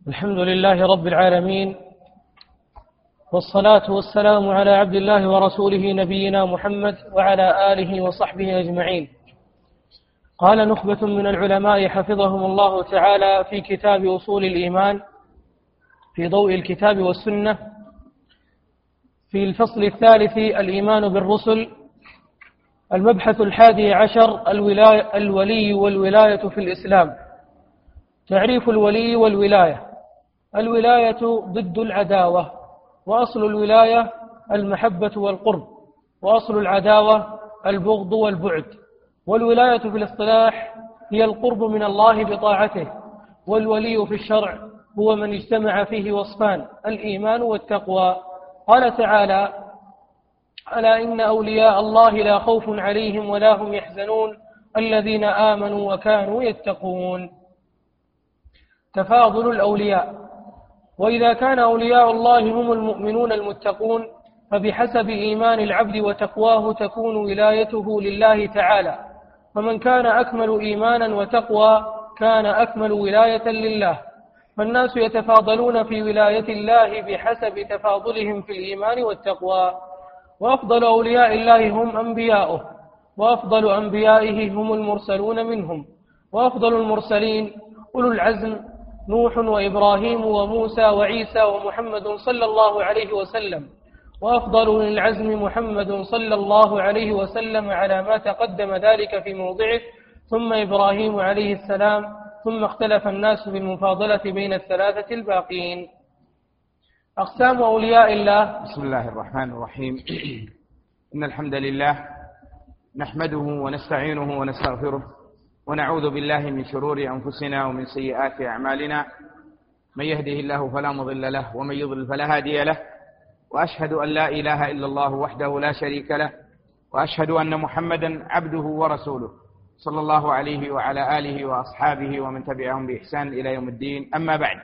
الحمد لله رب العالمين، والصلاة والسلام على عبد الله ورسوله نبينا محمد وعلى آله وصحبه أجمعين. قال نخبة من العلماء حفظهم الله تعالى في كتاب أصول الإيمان في ضوء الكتاب والسنة في الفصل الثالث الإيمان بالرسل، المبحث 11 الولي والولاية في الإسلام. تعريف الولي والولاية: الولاية ضد العداوة، وأصل الولاية المحبة والقرب، وأصل العداوة البغض والبعد. والولاية في الاصطلاح هي القرب من الله بطاعته، والولي في الشرع هو من اجتمع فيه وصفان: الإيمان والتقوى. قال تعالى: ألا إن أولياء الله لا خوف عليهم ولا هم يحزنون الذين آمنوا وكانوا يتقون. تفاضل الأولياء: وإذا كان أولياء الله هم المؤمنون المتقون، فبحسب إيمان العبد وتقواه تكون ولايته لله تعالى، فمن كان أكمل إيمانا وتقوى كان أكمل ولاية لله. فالناس يتفاضلون في ولاية الله بحسب تفاضلهم في الإيمان والتقوى. وأفضل أولياء الله هم أنبياؤه، وأفضل أنبيائه هم المرسلون منهم، وأفضل المرسلين أولو العزم: نوح وإبراهيم وموسى وعيسى ومحمد صلى الله عليه وسلم. وأفضل العزم محمد صلى الله عليه وسلم على ما تقدم ذلك في موضعه، ثم إبراهيم عليه السلام، ثم اختلف الناس بالمفاضلة بين الثلاثة الباقين. أقسام أولياء الله. بسم الله الرحمن الرحيم. إن الحمد لله نحمده ونستعينه ونستغفره، ونعوذ بالله من شرور أنفسنا ومن سيئات أعمالنا. من يهده الله فلا مضل له، ومن يضلل فلا هادي له. وأشهد أن لا إله إلا الله وحده لا شريك له، وأشهد أن محمدا عبده ورسوله صلى الله عليه وعلى آله وأصحابه ومن تبعهم بإحسان إلى يوم الدين. أما بعد،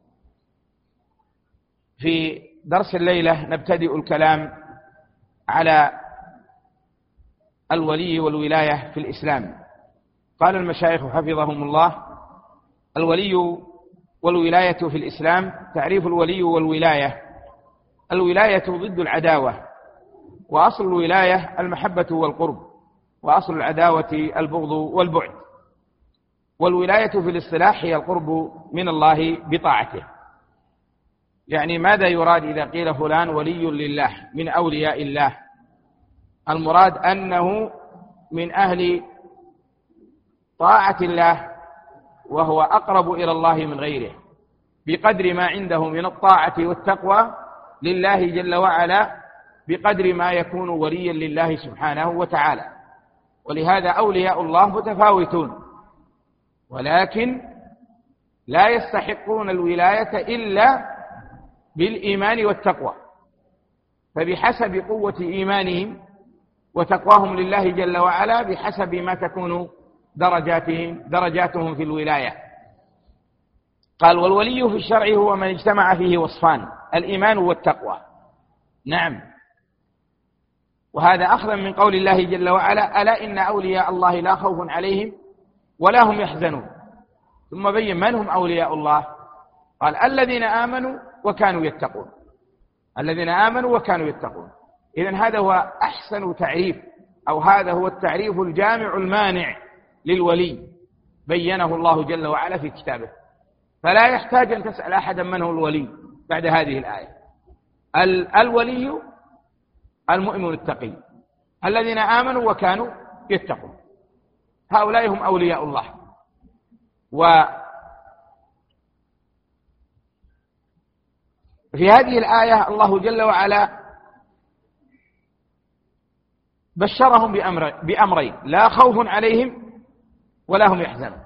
في درس الليلة نبتدئ الكلام على الولي والولاية في الإسلام. قال المشايخ حفظهم الله: الولي والولاية في الإسلام. تعريف الولي والولاية: الولاية ضد العداوة، وأصل الولاية المحبة والقرب، وأصل العداوة البغض والبعد. والولاية في الاصطلاح هي القرب من الله بطاعته. يعني ماذا يراد إذا قيل فلان ولي لله من أولياء الله؟ المراد أنه من أهل طاعة الله، وهو أقرب إلى الله من غيره بقدر ما عنده من الطاعة والتقوى لله جل وعلا، بقدر ما يكون وليا لله سبحانه وتعالى. ولهذا أولياء الله متفاوتون، ولكن لا يستحقون الولاية إلا بالإيمان والتقوى، فبحسب قوة إيمانهم وتقواهم لله جل وعلا بحسب ما تكون درجاتهم في الولاية. قال: والولي في الشرع هو من اجتمع فيه وصفان: الإيمان والتقوى. نعم، وهذا أخذا من قول الله جل وعلا: ألا إن أولياء الله لا خوف عليهم ولا هم يحزنون. ثم بين من هم أولياء الله، قال: الذين آمنوا وكانوا يتقون. الذين آمنوا وكانوا يتقون. إذن هذا هو أحسن تعريف، أو هذا هو التعريف الجامع المانع للولي، بينه الله جل وعلا في كتابه. فلا يحتاج أن تسأل أحدا من هو الولي بعد هذه الآية. الولي المؤمن التقي، الذين آمنوا وكانوا يتقون، هؤلاء هم أولياء الله. وفي هذه الآية الله جل وعلا بشرهم بأمرين: لا خوف عليهم ولا هم يحزنون.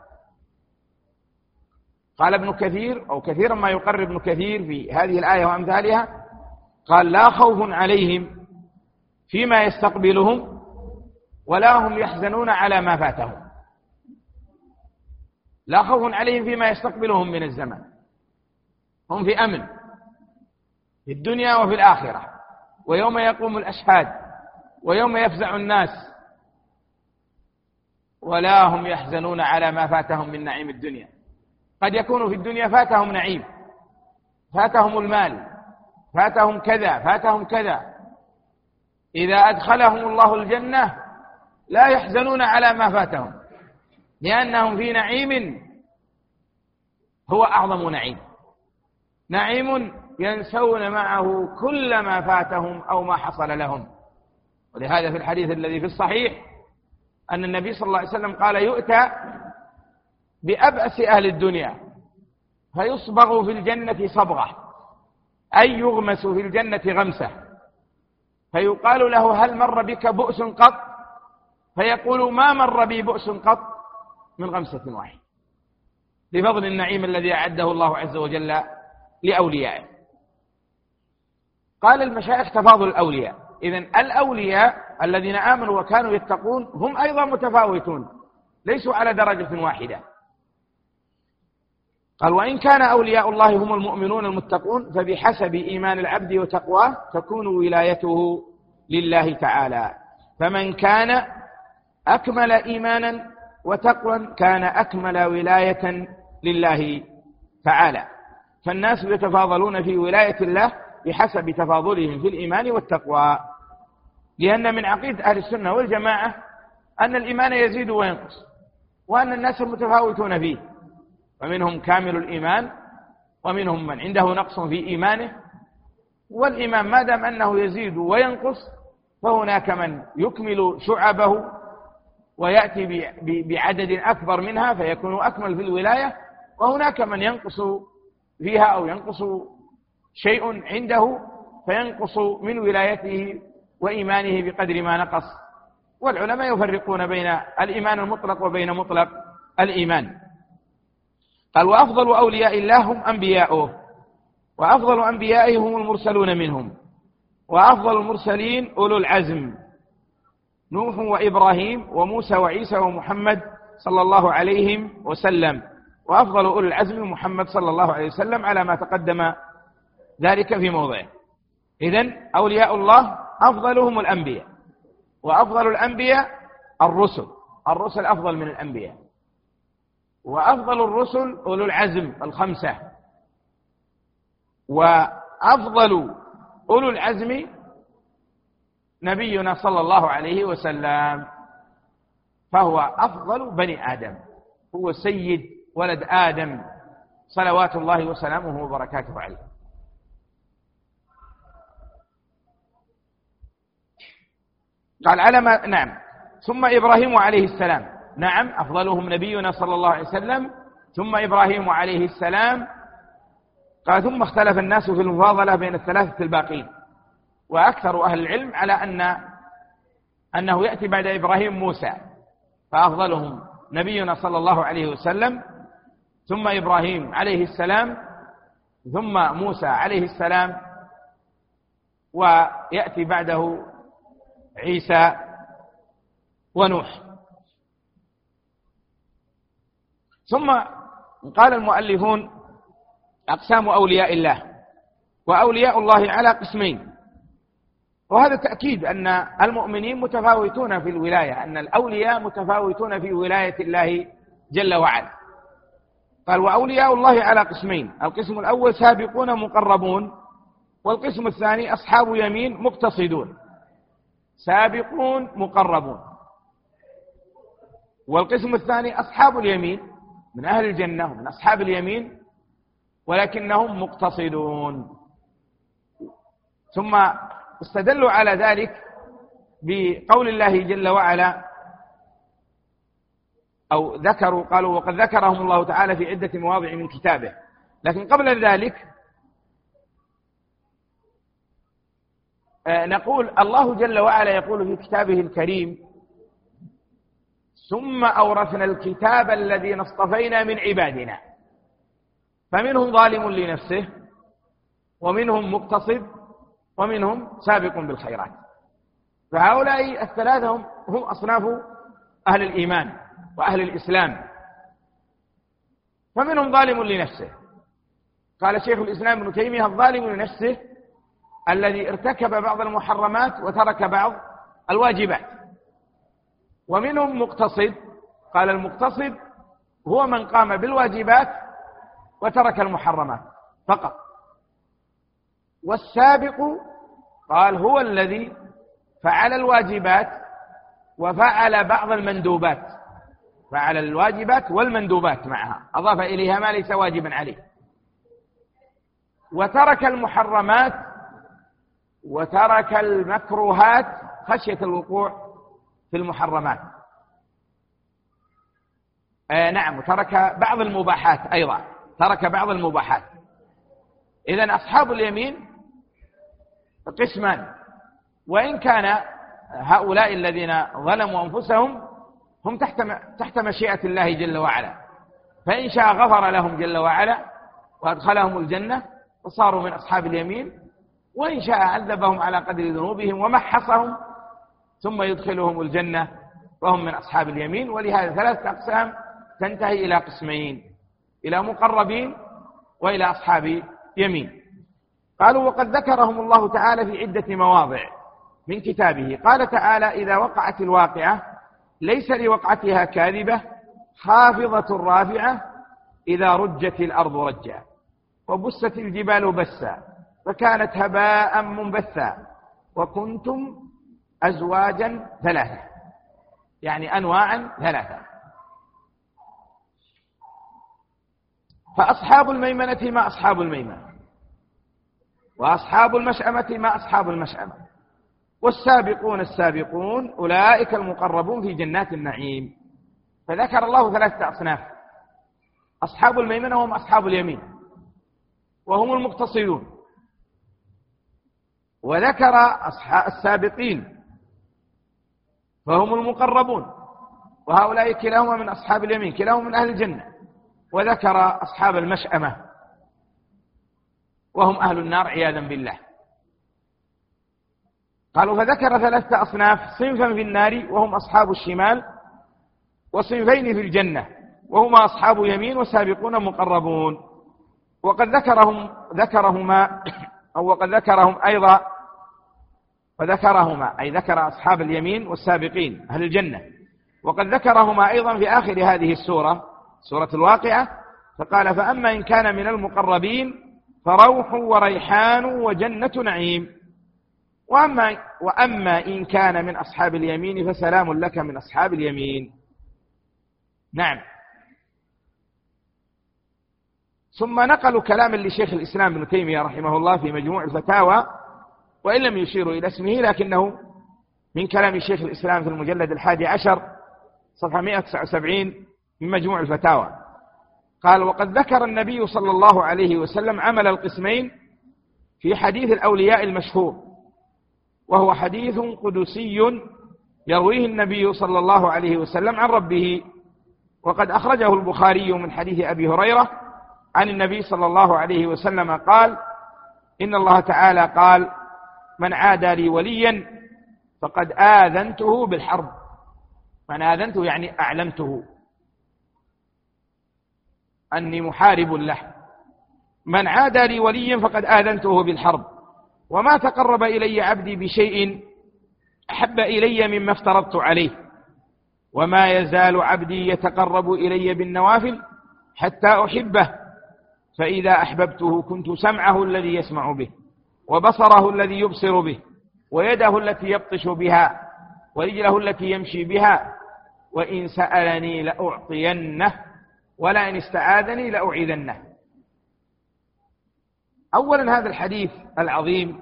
قال ابن كثير، أو كثيرا ما يقرر ابن كثير في هذه الآية وأمثالها، قال: لا خوف عليهم فيما يستقبلهم ولا هم يحزنون على ما فاتهم. لا خوف عليهم فيما يستقبلهم من الزمن، هم في أمن في الدنيا وفي الآخرة، ويوم يقوم الأشهاد ويوم يفزع الناس، ولا هم يحزنون على ما فاتهم من نعيم الدنيا. قد يكون في الدنيا فاتهم نعيم فاتهم المال، فاتهم كذا، فاتهم كذا، إذا أدخلهم الله الجنة لا يحزنون على ما فاتهم، لأنهم في نعيم هو أعظم نعيم، نعيم ينسون معه كل ما فاتهم أو ما حصل لهم. ولهذا في الحديث الذي في الصحيح أن النبي صلى الله عليه وسلم قال: يؤتى بأبأس أهل الدنيا فيصبغ في الجنة صبغة، أي يغمس في الجنة غمسة، فيقال له: هل مر بك بؤس قط؟ فيقول: ما مر بي بؤس قط من غمسة واحدة، بفضل النعيم الذي أعده الله عز وجل لأوليائه. قال المشايخ: تفاضل الأولياء. إذن الأولياء الذين آمنوا وكانوا يتقون هم أيضا متفاوتون، ليسوا على درجة واحدة. قال: وإن كان أولياء الله هم المؤمنون المتقون فبحسب إيمان العبد وتقواه تكون ولايته لله تعالى، فمن كان أكمل إيمانا وتقوى كان أكمل ولاية لله تعالى. فالناس يتفاضلون في ولاية الله بحسب تفاضلهم في الإيمان والتقوى، لأن من عقيدة أهل السنة والجماعة أن الإيمان يزيد وينقص، وأن الناس متفاوتون فيه، ومنهم كامل الإيمان ومنهم من عنده نقص في إيمانه. والإيمان ما دام أنه يزيد وينقص فهناك من يكمل شعبه ويأتي بعدد أكبر منها فيكون أكمل في الولاية، وهناك من ينقص فيها أو ينقص شيء عنده فينقص من ولايته وإيمانه بقدر ما نقص. والعلماء يفرقون بين الإيمان المطلق وبين مطلق الإيمان. قال: وأفضل أولياء الله هم أنبياؤه، وأفضل أنبيائه هم المرسلون منهم، وأفضل المرسلين أولو العزم، نوح وإبراهيم وموسى وعيسى ومحمد صلى الله عليه وسلم، وأفضل أولو العزم محمد صلى الله عليه وسلم، على ما تقدم ذلك في موضعه. إذن أولياء الله أفضلهم الأنبياء، وأفضل الأنبياء الرسل أفضل من الأنبياء، وأفضل الرسل أولو العزم الخمسة، وأفضل أولو العزم نبينا صلى الله عليه وسلم، فهو أفضل بني آدم، هو سيد ولد آدم صلوات الله وسلامه وبركاته عليه. قال: على ما نعم. ثم إبراهيم عليه السلام، نعم أفضلهم نبينا صلى الله عليه وسلم، ثم إبراهيم عليه السلام. قال: ثم اختلف الناس في المفاضلة بين الثلاثة الباقين، وأكثر أهل العلم على أنه يأتي بعد إبراهيم موسى، فأفضلهم نبينا صلى الله عليه وسلم، ثم إبراهيم عليه السلام، ثم موسى عليه السلام، ويأتي بعده عيسى ونوح. ثم قال المؤلفون: أقسام أولياء الله. وأولياء الله على قسمين، وهذا تأكيد أن المؤمنين متفاوتون في الولاية، أن الأولياء متفاوتون في ولاية الله جل وعلا. قال: وأولياء الله على قسمين، القسم الأول سابقون مقربون، والقسم الثاني أصحاب يمين مقتصدون. سابقون مقربون، والقسم الثاني أصحاب اليمين من أهل الجنة ومن أصحاب اليمين ولكنهم مقتصدون. ثم استدلوا على ذلك بقول الله جل وعلا، أو ذكروا قالوا: وقد ذكرهم الله تعالى في عدة مواضع من كتابه. لكن قبل ذلك نقول الله جل وعلا يقول في كتابه الكريم: ثم أورثنا الكتاب الذين اصطفينا من عبادنا، فمنهم ظالم لنفسه، ومنهم مقتصد، ومنهم سابق بالخيرات. فهؤلاء الثلاثة هم أصناف أهل الإيمان وأهل الإسلام. فمنهم ظالم لنفسه، قال شيخ الإسلام ابن تيمية: الظالم لنفسه الذي ارتكب بعض المحرمات وترك بعض الواجبات. ومنهم مقتصد، قال المقتصد هو من قام بالواجبات وترك المحرمات فقط، والسابق قال هو الذي فعل الواجبات وفعل بعض المندوبات، فعل الواجبات والمندوبات معها، أضاف إليها ما ليس واجبا عليه، وترك المحرمات وترك المكروهات خشية الوقوع في المحرمات. نعم، وترك بعض المباحات أيضا، ترك بعض المباحات. إذن أصحاب اليمين قسمان، وإن كان هؤلاء الذين ظلموا أنفسهم هم تحت مشيئة الله جل وعلا، فإن شاء غفر لهم جل وعلا وأدخلهم الجنة وصاروا من أصحاب اليمين، وإن شاء عذبهم على قدر ذنوبهم ومحصهم ثم يدخلهم الجنة وهم من أصحاب اليمين. ولهذا 3 أقسام تنتهي إلى قسمين، إلى مقربين وإلى أصحاب يمين. قالوا وقد ذكرهم الله تعالى في عدة مواضع من كتابه. قال تعالى: إذا وقعت الواقعة ليس لوقعتها كاذبة خافضة رافعة إذا رجت الأرض رجا وبست الجبال بسا فكانت هباء منبثا وكنتم أزواجا 3، يعني أنواعا 3. فأصحاب الميمنة ما أصحاب الميمنة، وأصحاب المشأمة ما أصحاب المشأمة، والسابقون السابقون أولئك المقربون في جنات النعيم. فذكر الله 3 أصناف: أصحاب الميمنة هم أصحاب اليمين وهم المقتصدون، وذكر السابقين فهم المقربون، وهؤلاء كلاهما من أصحاب اليمين، كلاهما من أهل الجنة. وذكر أصحاب المشأمة وهم أهل النار عياذا بالله. قالوا فذكر 3 أصناف: صنفا في النار وهم أصحاب الشمال، وصنفين في الجنة وهما أصحاب يمين وسابقون مقربون. وقد ذكرهم أيضا، وذكرهما أي ذكر أصحاب اليمين والسابقين أهل الجنة، وقد ذكرهما أيضا في آخر هذه السورة، سورة الواقعة، فقال: فأما إن كان من المقربين فروح وريحان وجنة نعيم، وأما إن كان من أصحاب اليمين فسلام لك من أصحاب اليمين. نعم. ثم نقلوا كلاما لشيخ الإسلام ابن تيمية رحمه الله في مجموع الفتاوى، وإن لم يشيروا إلى اسمه لكنه من كلام شيخ الإسلام في المجلد 11 صفحة 179 من مجموع الفتاوى. قال: وقد ذكر النبي صلى الله عليه وسلم عمل القسمين في حديث الأولياء المشهور، وهو حديث قدسي يرويه النبي صلى الله عليه وسلم عن ربه، وقد أخرجه البخاري من حديث أبي هريرة عن النبي صلى الله عليه وسلم قال: إن الله تعالى قال: من عادى لي وليا فقد آذنته بالحرب. من آذنته يعني أعلمته أني محارب له. من عادى لي وليا فقد آذنته بالحرب، وما تقرب إلي عبدي بشيء أحب إلي مما افترضت عليه، وما يزال عبدي يتقرب إلي بالنوافل حتى أحبه، فإذا أحببته كنت سمعه الذي يسمع به، وبصره الذي يبصر به، ويده التي يبطش بها، ورجله التي يمشي بها، وإن سألني لأعطينه، ولئن استعاذني لأعيذنه. أولا هذا الحديث العظيم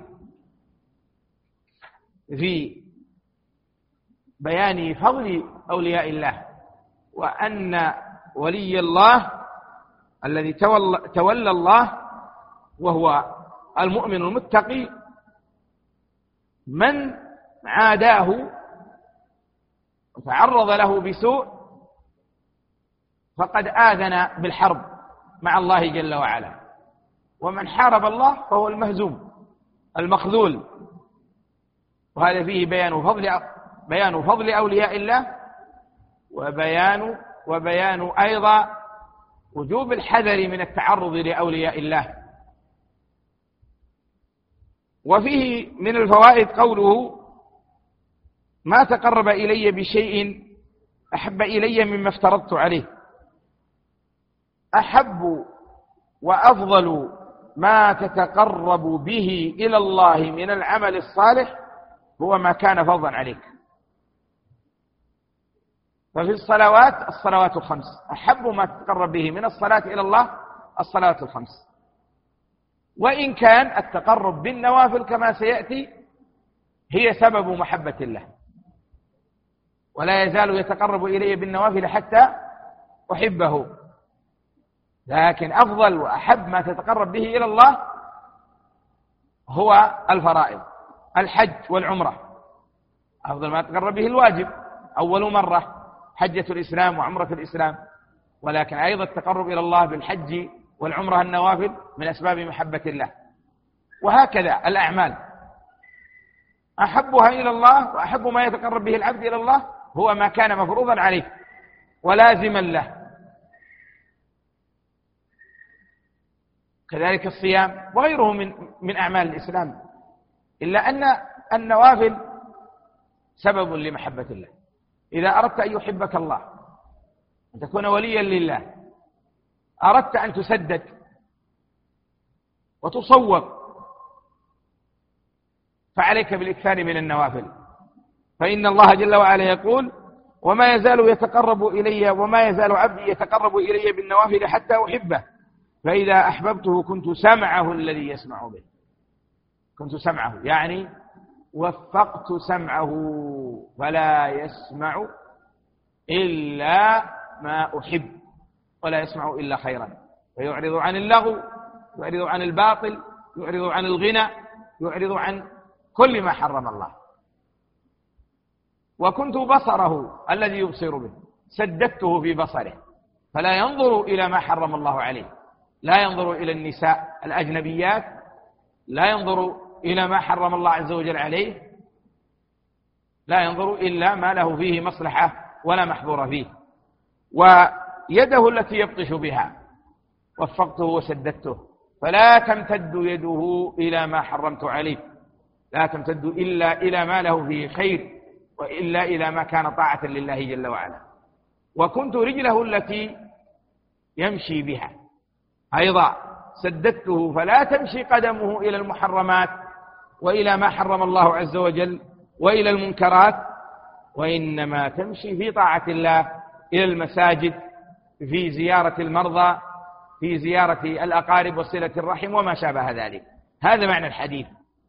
في بيان فضل أولياء الله، وأن ولي الله الذي تولى الله وهو المؤمن المتقي من عاداه وتعرض له بسوء فقد آذن بالحرب مع الله جل وعلا، ومن حارب الله فهو المهزوم المخذول. وهذا فيه بيان فضل أولياء الله، وبيان أيضا وجوب الحذر من التعرض لأولياء الله. وفيه من الفوائد قوله: ما تقرب إلي بشيء أحب إلي مما افترضت عليه. أحب وأفضل ما تتقرب به إلى الله من العمل الصالح هو ما كان فرضا عليك. ففي الصلوات الخمس أحب ما تتقرب به من الصلاة إلى الله الصلوات الخمس، وإن كان التقرب بالنوافل كما سيأتي هي سبب محبة الله، ولا يزال يتقرب إلي بالنوافل حتى أحبه، لكن أفضل وأحب ما تتقرب به إلى الله هو الفرائض، الحج والعمرة. أفضل ما تتقرب به الواجب أول مرة حجة الإسلام وعمرة الإسلام، ولكن أيضا التقرب إلى الله بالحج والعمرة النوافل من أسباب محبة الله. وهكذا الأعمال أحبها إلى الله وأحب ما يتقرب به العبد إلى الله هو ما كان مفروضا عليه ولازما له. كذلك الصيام وغيره من أعمال الإسلام، إلا أن النوافل سبب لمحبة الله. إذا أردت أن يحبك الله، أن تكون وليا لله، أردت أن تسدد وتصوب، فعليك بالإكثار من النوافل، فإن الله جل وعلا يقول: وما يزال يتقرب إلي وما يزال عبدي يتقرب إلي بالنوافل حتى أحبه، فإذا أحببته كنت سمعه الذي يسمع به. كنت سمعه يعني وفقت سمعه فلا يسمع إلا ما أحب ولا يسمع إلا خيرا، فيعرض عن اللغو، يعرض عن الباطل، يعرض عن الغنى، يعرض عن كل ما حرم الله. وكنت بصره الذي يبصر به، سددته في بصره فلا ينظر إلى ما حرم الله عليه، لا ينظر إلى النساء الأجنبيات، لا ينظر إلى ما حرم الله عز وجل عليه، لا ينظر إلا ما له فيه مصلحة ولا محظور فيه. ويده التي يبطش بها وفقته وسددته، فلا تمتد يده إلى ما حرمت عليه، لا تمتد إلا إلى ما له فيه خير، وإلا إلى ما كان طاعة لله جل وعلا. وكنت رجله التي يمشي بها، أيضا سددته فلا تمشي قدمه إلى المحرمات وإلى ما حرم الله عز وجل وإلى المنكرات، وإنما تمشي في طاعة الله إلى المساجد، في زيارة المرضى، في زيارة الأقارب وصلة الرحم وما شابه ذلك. هذا معنى الحديث،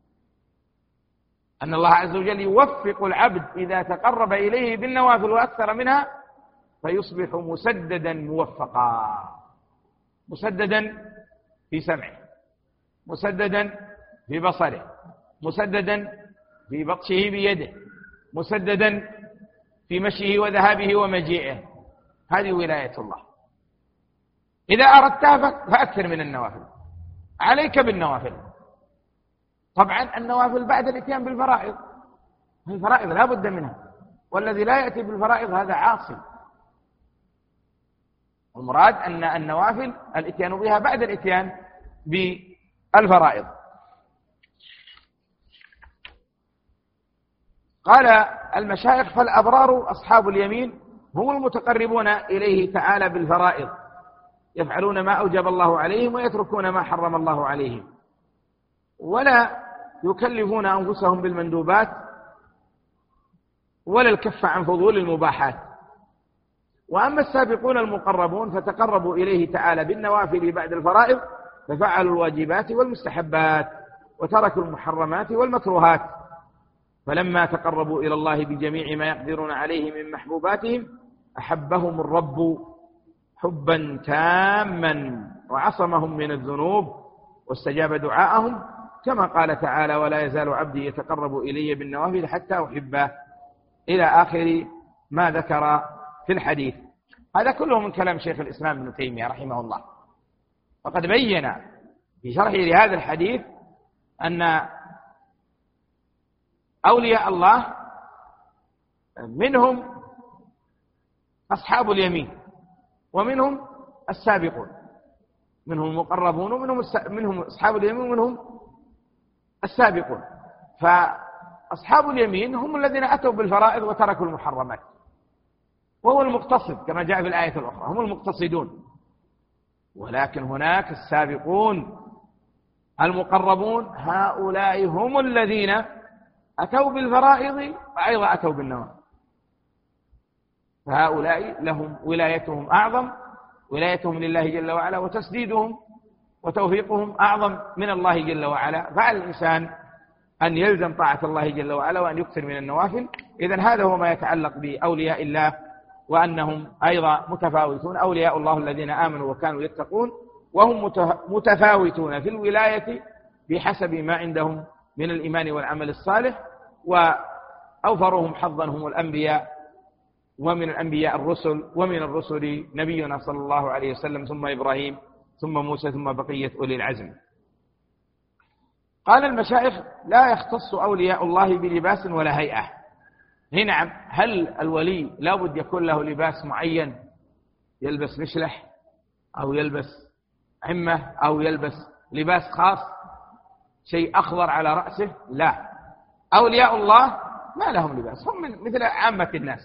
أن الله عز وجل يوفق العبد إذا تقرب إليه بالنوافل وأكثر منها فيصبح مسددا موفقا، مسددا في سمعه، مسددا في بصره، مسددا في بطشه بيده، مسددا في مشيه وذهابه ومجيئه. هذه ولاية الله. إذا أردتها فأكثر من النوافل، عليك بالنوافل. طبعا النوافل بعد الاتيان بالفرائض، الفرائض لا بد منها، والذي لا يأتي بالفرائض هذا عاصي. المراد أن النوافل الاتيان بها بعد الاتيان بالفرائض. قال المشايخ: فالأبرار أصحاب اليمين هم المتقربون إليه تعالى بالفرائض، يفعلون ما أوجب الله عليهم ويتركون ما حرم الله عليهم، ولا يكلفون أنفسهم بالمندوبات ولا الكف عن فضول المباحات. وأما السابقون المقربون فتقربوا إليه تعالى بالنوافل بعد الفرائض، ففعلوا الواجبات والمستحبات وتركوا المحرمات والمكروهات، فلما تقربوا إلى الله بجميع ما يقدرون عليه من محبوباتهم أحبهم الرب حبا تاما وعصمهم من الذنوب واستجاب دعاءهم، كما قال تعالى: ولا يزال عبدي يتقرب إلي بالنوافل حتى أحبه، إلى آخر ما ذكر في الحديث. هذا كله من كلام شيخ الإسلام ابن تيمية رحمه الله. وقد بين في شرحه لهذا الحديث أن أولياء الله منهم أصحاب اليمين ومنهم السابقون، منهم المقربون ومنهم أصحاب اليمين ومنهم السابقون. فأصحاب اليمين هم الذين أتوا بالفرائض وتركوا المحرمات، وهو المقتصد كما جاء في الآية الأخرى، هم المقتصدون. ولكن هناك السابقون المقربون هؤلاء هم الذين أتوا بالفرائض وأيضا أتوا بالنوافل، فهؤلاء لهم ولايتهم أعظم، ولايتهم لله جل وعلا وتسديدهم وتوفيقهم أعظم من الله جل وعلا. فعلى الإنسان أن يلزم طاعة الله جل وعلا وأن يكثر من النوافل. إذن هذا هو ما يتعلق بأولياء الله، وأنهم أيضا متفاوتون. أولياء الله الذين آمنوا وكانوا يتقون، وهم متفاوتون في الولاية بحسب ما عندهم من الإيمان والعمل الصالح، وأوفرهم حظا هم الأنبياء، ومن الأنبياء الرسل، ومن الرسل نبينا صلى الله عليه وسلم، ثم إبراهيم، ثم موسى، ثم بقية أولي العزم. قال المشايخ: لا يختص أولياء الله بلباس ولا هيئة. نعم، هل الولي لا بد يكون له لباس معين، يلبس مشلح أو يلبس عمة أو يلبس لباس خاص، شيء أخضر على رأسه؟ لا، أولياء الله ما لهم لباس، هم مثل عامة الناس.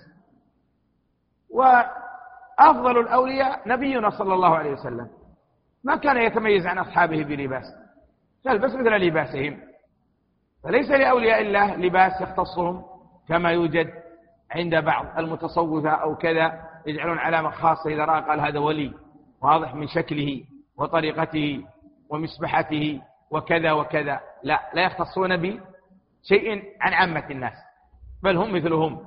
وأفضل الأولياء نبينا صلى الله عليه وسلم، ما كان يتميز عن أصحابه بلباس، يلبس مثل لباسهم. فليس لأولياء الله لباس يختصهم كما يوجد عند بعض المتصوفة أو كذا، يجعلون علامة خاصة إذا رأى قال هذا ولي، واضح من شكله وطريقته ومسبحته وكذا وكذا. لا يختصون بشيء عن عامة الناس، بل هم مثلهم.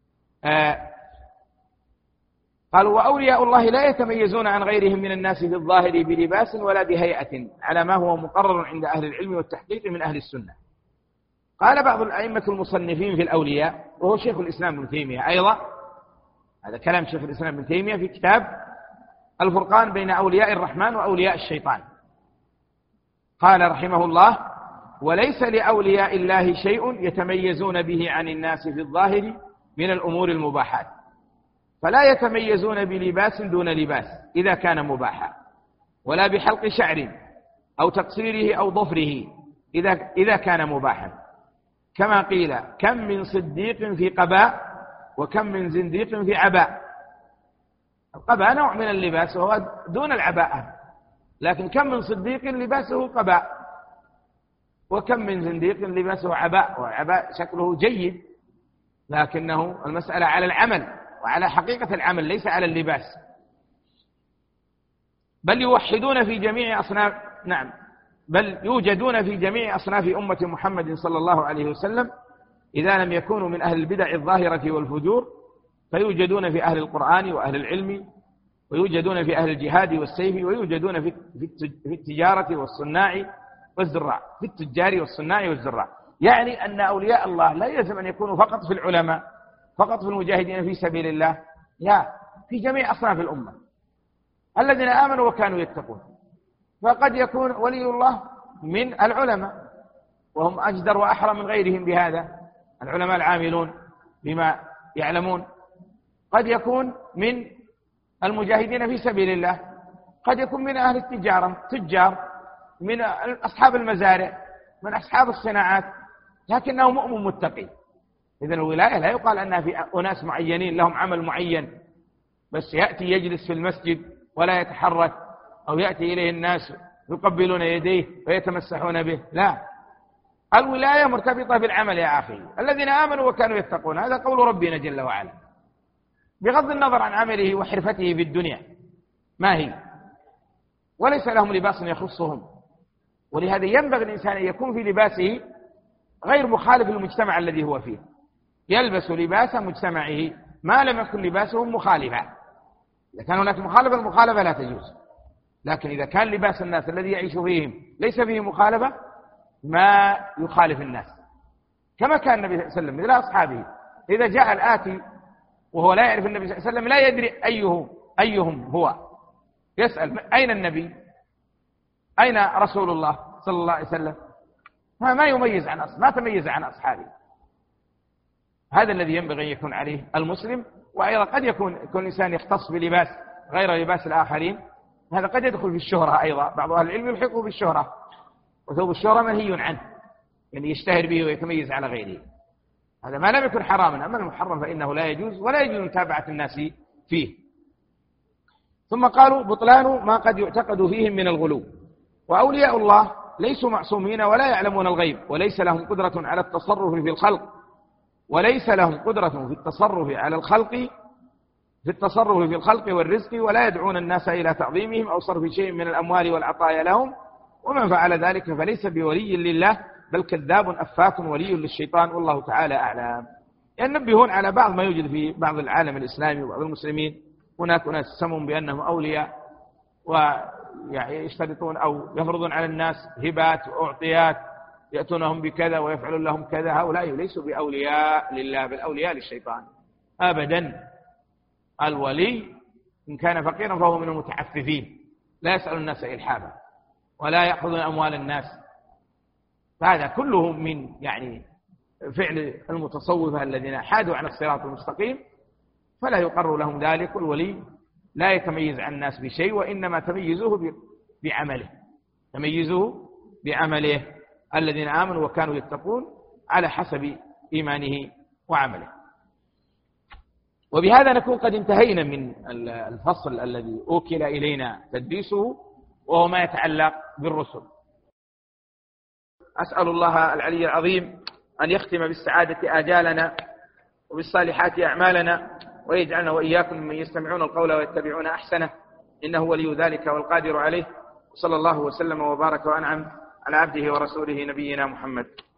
قالوا: وأولياء الله لا يتميزون عن غيرهم من الناس في الظاهر بلباس ولا بهيئة، على ما هو مقرر عند أهل العلم والتحقيق من أهل السنة. قال بعض الأئمة المصنفين في الأولياء، وهو شيخ الإسلام ابن تيمية أيضا، هذا كلام شيخ الإسلام ابن تيمية في كتاب الفرقان بين أولياء الرحمن وأولياء الشيطان، قال رحمه الله: وليس لأولياء الله شيء يتميزون به عن الناس في الظاهر من الأمور المباحات، فلا يتميزون بلباس دون لباس إذا كان مباحا، ولا بحلق شعر أو تقصيره أو ضفره إذا كان مباحا، كما قيل: كم من صديق في قباء وكم من زنديق في عباء. القباء نوع من اللباس وهو دون العباءة، لكن كم من صديق لباسه قباء، وكم من زنديق لباسه عباء، وعباء شكله جيد، لكنه المسألة على العمل وعلى حقيقة العمل ليس على اللباس. بل يوحدون في جميع أصناف، نعم، بل يوجدون في جميع أصناف أمة محمد صلى الله عليه وسلم، إذا لم يكونوا من أهل البدع الظاهرة والفجور، فيوجدون في أهل القرآن وأهل العلم، ويوجدون في أهل الجهاد والسيف، ويوجدون في التجارة والصناع والزراع، في التجار والصناع والزراع. يعني أن أولياء الله لا يلزم أن يكونوا فقط في العلماء، فقط في المجاهدين في سبيل الله، لا، في جميع أصناف الأمة الذين آمنوا وكانوا يتقون. فقد يكون ولي الله من العلماء، وهم أجدر وأحرى من غيرهم بهذا، العلماء العاملون بما يعلمون. قد يكون من المجاهدين في سبيل الله، قد يكون من أهل التجارة، تجار، من أصحاب المزارع، من أصحاب الصناعات، لكنه مؤمن متقي. إذن الولاية لا يقال أنها في أناس معينين لهم عمل معين، بس يأتي يجلس في المسجد ولا يتحرك، أو يأتي إليه الناس يقبلون يديه ويتمسحون به، لا، الولاية مرتبطة بالعمل يا أخي. الذين آمنوا وكانوا يتقون، هذا قول ربنا جل وعلا، بغض النظر عن عمله وحرفته في الدنيا ما هي، وليس لهم لباس يخصهم. ولهذا ينبغي الإنسان أن يكون في لباسه غير مخالف للمجتمع الذي هو فيه، يلبس لباس مجتمعه ما لم يكن لباسه مخالفا. إذا كان هناك مخالفة، المخالفة لا تجوز، لكن إذا كان لباس الناس الذي يعيش فيهم ليس فيه مخالفة، ما يخالف الناس، كما كان النبي صلى الله عليه وسلم مثل أصحابه، إذا جاء الآتي وهو لا يعرف النبي صلى الله عليه وسلم، لا يدري أيهم هو، يسأل: أين النبي؟ أين رسول الله صلى الله عليه وسلم؟ ما يميز عن ما تميز عن أصحابه. هذا الذي ينبغي أن يكون عليه المسلم. وأيضا قد يكون الإنسان يختص بلباس غير لباس الآخرين، هذا قد يدخل في الشهرة أيضا، بعض أهل العلم يلحقه بالشهرة، وثوب الشهرة منهي عنه، يعني يشتهر به ويتميز على غيره، هذا ما لم يكن حراما. أما المحرم فإنه لا يجوز، ولا يجوز متابعة الناس فيه. ثم قالوا: بطلان ما قد يعتقد فيهم من الغلو. وأولياء الله ليسوا معصومين ولا يعلمون الغيب، وليس لهم قدرة على التصرف في الخلق، وليس لهم قدرة في التصرف على الخلق، في التصرف في الخلق والرزق، ولا يدعون الناس إلى تعظيمهم أو صرف شيء من الأموال والعطايا لهم، ومن فعل ذلك فليس بولي لله بل كذاب أفاك ولي للشيطان، والله تعالى أعلم. ينبهون على بعض ما يوجد في بعض العالم الإسلامي وبعض المسلمين، هناك ناس يسمون بأنهم أولياء ويشترطون أو يفرضون على الناس هبات وأعطيات، يأتونهم بكذا ويفعلون لهم كذا. هؤلاء ليسوا بأولياء لله بل أولياء للشيطان أبدا. الولي إن كان فقيرا فهو من المتعففين، لا يسأل الناس إلحافا ولا يأخذون أموال الناس، فهذا كله من فعل المتصوفة الذين حادوا عن الصراط المستقيم، فلا يقر لهم ذلك. والولي لا يتميز عن الناس بشيء، وإنما تميزه بعمله الذين آمنوا وكانوا يتقون على حسب إيمانه وعمله. وبهذا نكون قد انتهينا من الفصل الذي أوكل إلينا تدريسه، وهو ما يتعلق بالرسل. أسأل الله العلي العظيم أن يختم بالسعادة آجالنا وبالصالحات أعمالنا، ويجعلنا وإياكم ممن يستمعون القول ويتبعون أحسنه، إنه ولي ذلك والقادر عليه. صلى الله وسلم وبارك وأنعم على عبده ورسوله نبينا محمد.